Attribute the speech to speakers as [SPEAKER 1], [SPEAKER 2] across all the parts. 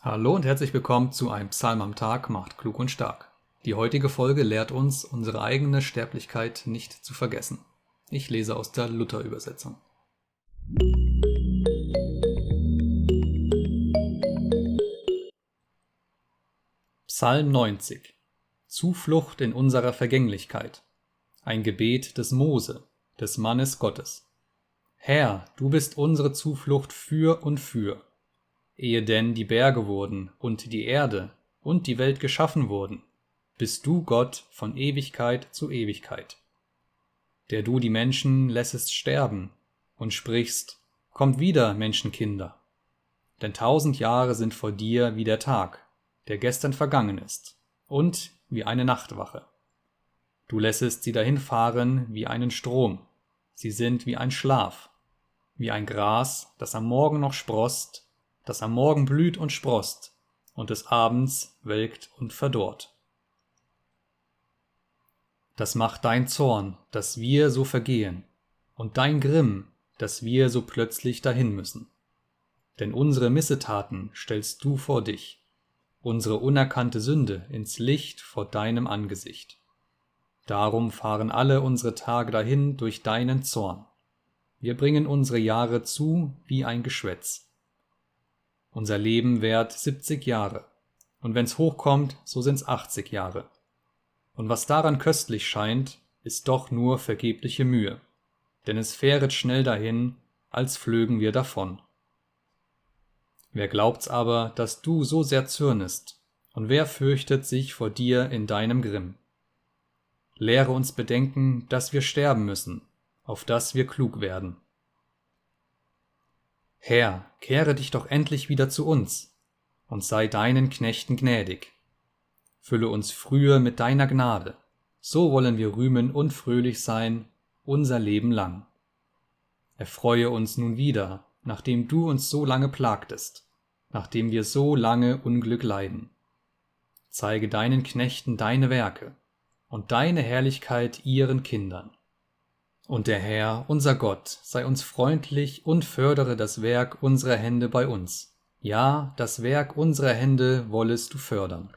[SPEAKER 1] Hallo und herzlich willkommen zu einem Psalm am Tag macht klug und stark. Die heutige Folge lehrt uns, unsere eigene Sterblichkeit nicht zu vergessen. Ich lese aus der Luther-Übersetzung. Psalm 90. Zuflucht in unserer Vergänglichkeit. Ein Gebet des Mose, des Mannes Gottes. Herr, du bist unsere Zuflucht für und für. Ehe denn die Berge wurden und die Erde und die Welt geschaffen wurden, bist du Gott von Ewigkeit zu Ewigkeit. Der du die Menschen lässest sterben und sprichst, kommt wieder, Menschenkinder. Denn 1000 Jahre sind vor dir wie der Tag, der gestern vergangen ist, und wie eine Nachtwache. Du lässest sie dahinfahren wie einen Strom, sie sind wie ein Schlaf, wie ein Gras, das am Morgen noch sproßt, das am Morgen blüht und sproßt und des Abends welkt und verdorrt. Das macht dein Zorn, dass wir so vergehen, und dein Grimm, dass wir so plötzlich dahin müssen. Denn unsere Missetaten stellst du vor dich, unsere unerkannte Sünde ins Licht vor deinem Angesicht. Darum fahren alle unsere Tage dahin durch deinen Zorn. Wir bringen unsere Jahre zu wie ein Geschwätz. Unser Leben währt 70 Jahre, und wenn's hochkommt, so sind's 80 Jahre. Und was daran köstlich scheint, ist doch nur vergebliche Mühe, denn es fähret schnell dahin, als flögen wir davon. Wer glaubt's aber, dass du so sehr zürnest, und wer fürchtet sich vor dir in deinem Grimm? Lehre uns bedenken, dass wir sterben müssen, auf dass wir klug werden. Herr, kehre dich doch endlich wieder zu uns und sei deinen Knechten gnädig. Fülle uns früher mit deiner Gnade, so wollen wir rühmen und fröhlich sein unser Leben lang. Erfreue uns nun wieder, nachdem du uns so lange plagtest, nachdem wir so lange Unglück leiden. Zeige deinen Knechten deine Werke und deine Herrlichkeit ihren Kindern. Und der Herr, unser Gott, sei uns freundlich und fördere das Werk unserer Hände bei uns. Ja, das Werk unserer Hände wollest du fördern.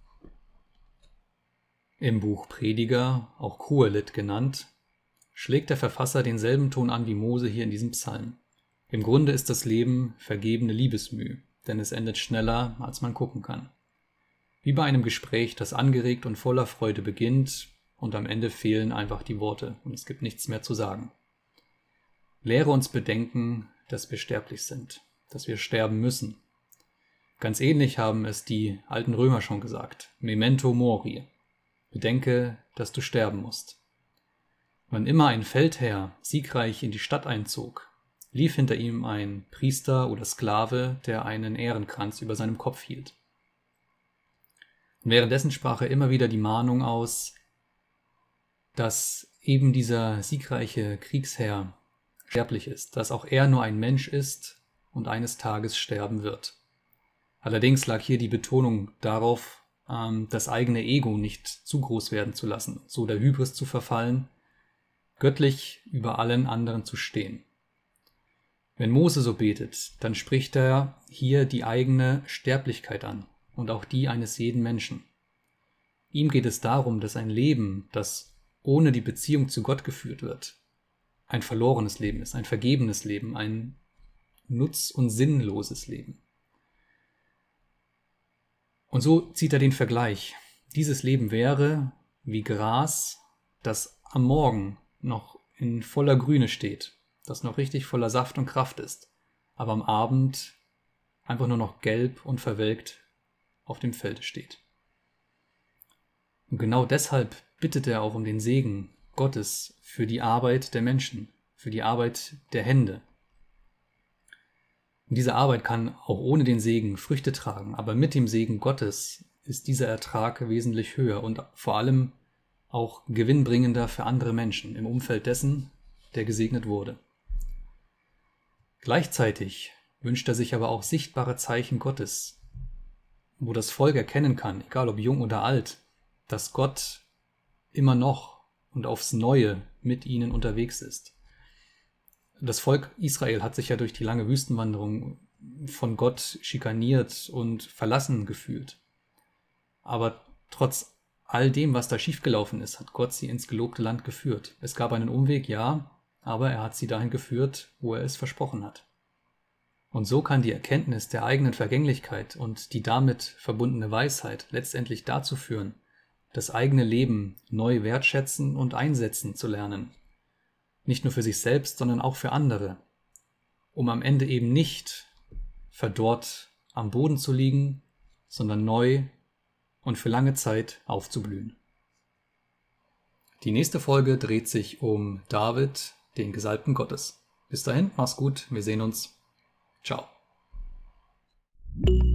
[SPEAKER 1] Im Buch Prediger, auch Kohelet genannt, schlägt der Verfasser denselben Ton an wie Mose hier in diesem Psalm. Im Grunde ist das Leben vergebene Liebesmüh, denn es endet schneller, als man gucken kann. Wie bei einem Gespräch, das angeregt und voller Freude beginnt, und am Ende fehlen einfach die Worte und es gibt nichts mehr zu sagen. Lehre uns bedenken, dass wir sterblich sind, dass wir sterben müssen. Ganz ähnlich haben es die alten Römer schon gesagt. Memento mori. Bedenke, dass du sterben musst. Wann immer ein Feldherr siegreich in die Stadt einzog, lief hinter ihm ein Priester oder Sklave, der einen Ehrenkranz über seinem Kopf hielt. Und währenddessen sprach er immer wieder die Mahnung aus, dass eben dieser siegreiche Kriegsherr sterblich ist, dass auch er nur ein Mensch ist und eines Tages sterben wird. Allerdings lag hier die Betonung darauf, das eigene Ego nicht zu groß werden zu lassen, so der Hybris zu verfallen, göttlich über allen anderen zu stehen. Wenn Mose so betet, dann spricht er hier die eigene Sterblichkeit an und auch die eines jeden Menschen. Ihm geht es darum, dass ein Leben, das ohne die Beziehung zu Gott geführt wird, ein verlorenes Leben ist, ein vergebenes Leben, ein nutz- und sinnloses Leben. Und so zieht er den Vergleich. Dieses Leben wäre wie Gras, das am Morgen noch in voller Grüne steht, das noch richtig voller Saft und Kraft ist, aber am Abend einfach nur noch gelb und verwelkt auf dem Felde steht. Und genau deshalb bittet er auch um den Segen Gottes für die Arbeit der Menschen, für die Arbeit der Hände. Und diese Arbeit kann auch ohne den Segen Früchte tragen, aber mit dem Segen Gottes ist dieser Ertrag wesentlich höher und vor allem auch gewinnbringender für andere Menschen im Umfeld dessen, der gesegnet wurde. Gleichzeitig wünscht er sich aber auch sichtbare Zeichen Gottes, wo das Volk erkennen kann, egal ob jung oder alt, dass Gott immer noch und aufs Neue mit ihnen unterwegs ist. Das Volk Israel hat sich ja durch die lange Wüstenwanderung von Gott schikaniert und verlassen gefühlt. Aber trotz all dem, was da schiefgelaufen ist, hat Gott sie ins gelobte Land geführt. Es gab einen Umweg, ja, aber er hat sie dahin geführt, wo er es versprochen hat. Und so kann die Erkenntnis der eigenen Vergänglichkeit und die damit verbundene Weisheit letztendlich dazu führen, das eigene Leben neu wertschätzen und einsetzen zu lernen. Nicht nur für sich selbst, sondern auch für andere, um am Ende eben nicht verdorrt am Boden zu liegen, sondern neu und für lange Zeit aufzublühen. Die nächste Folge dreht sich um David, den Gesalbten Gottes. Bis dahin, mach's gut, wir sehen uns. Ciao.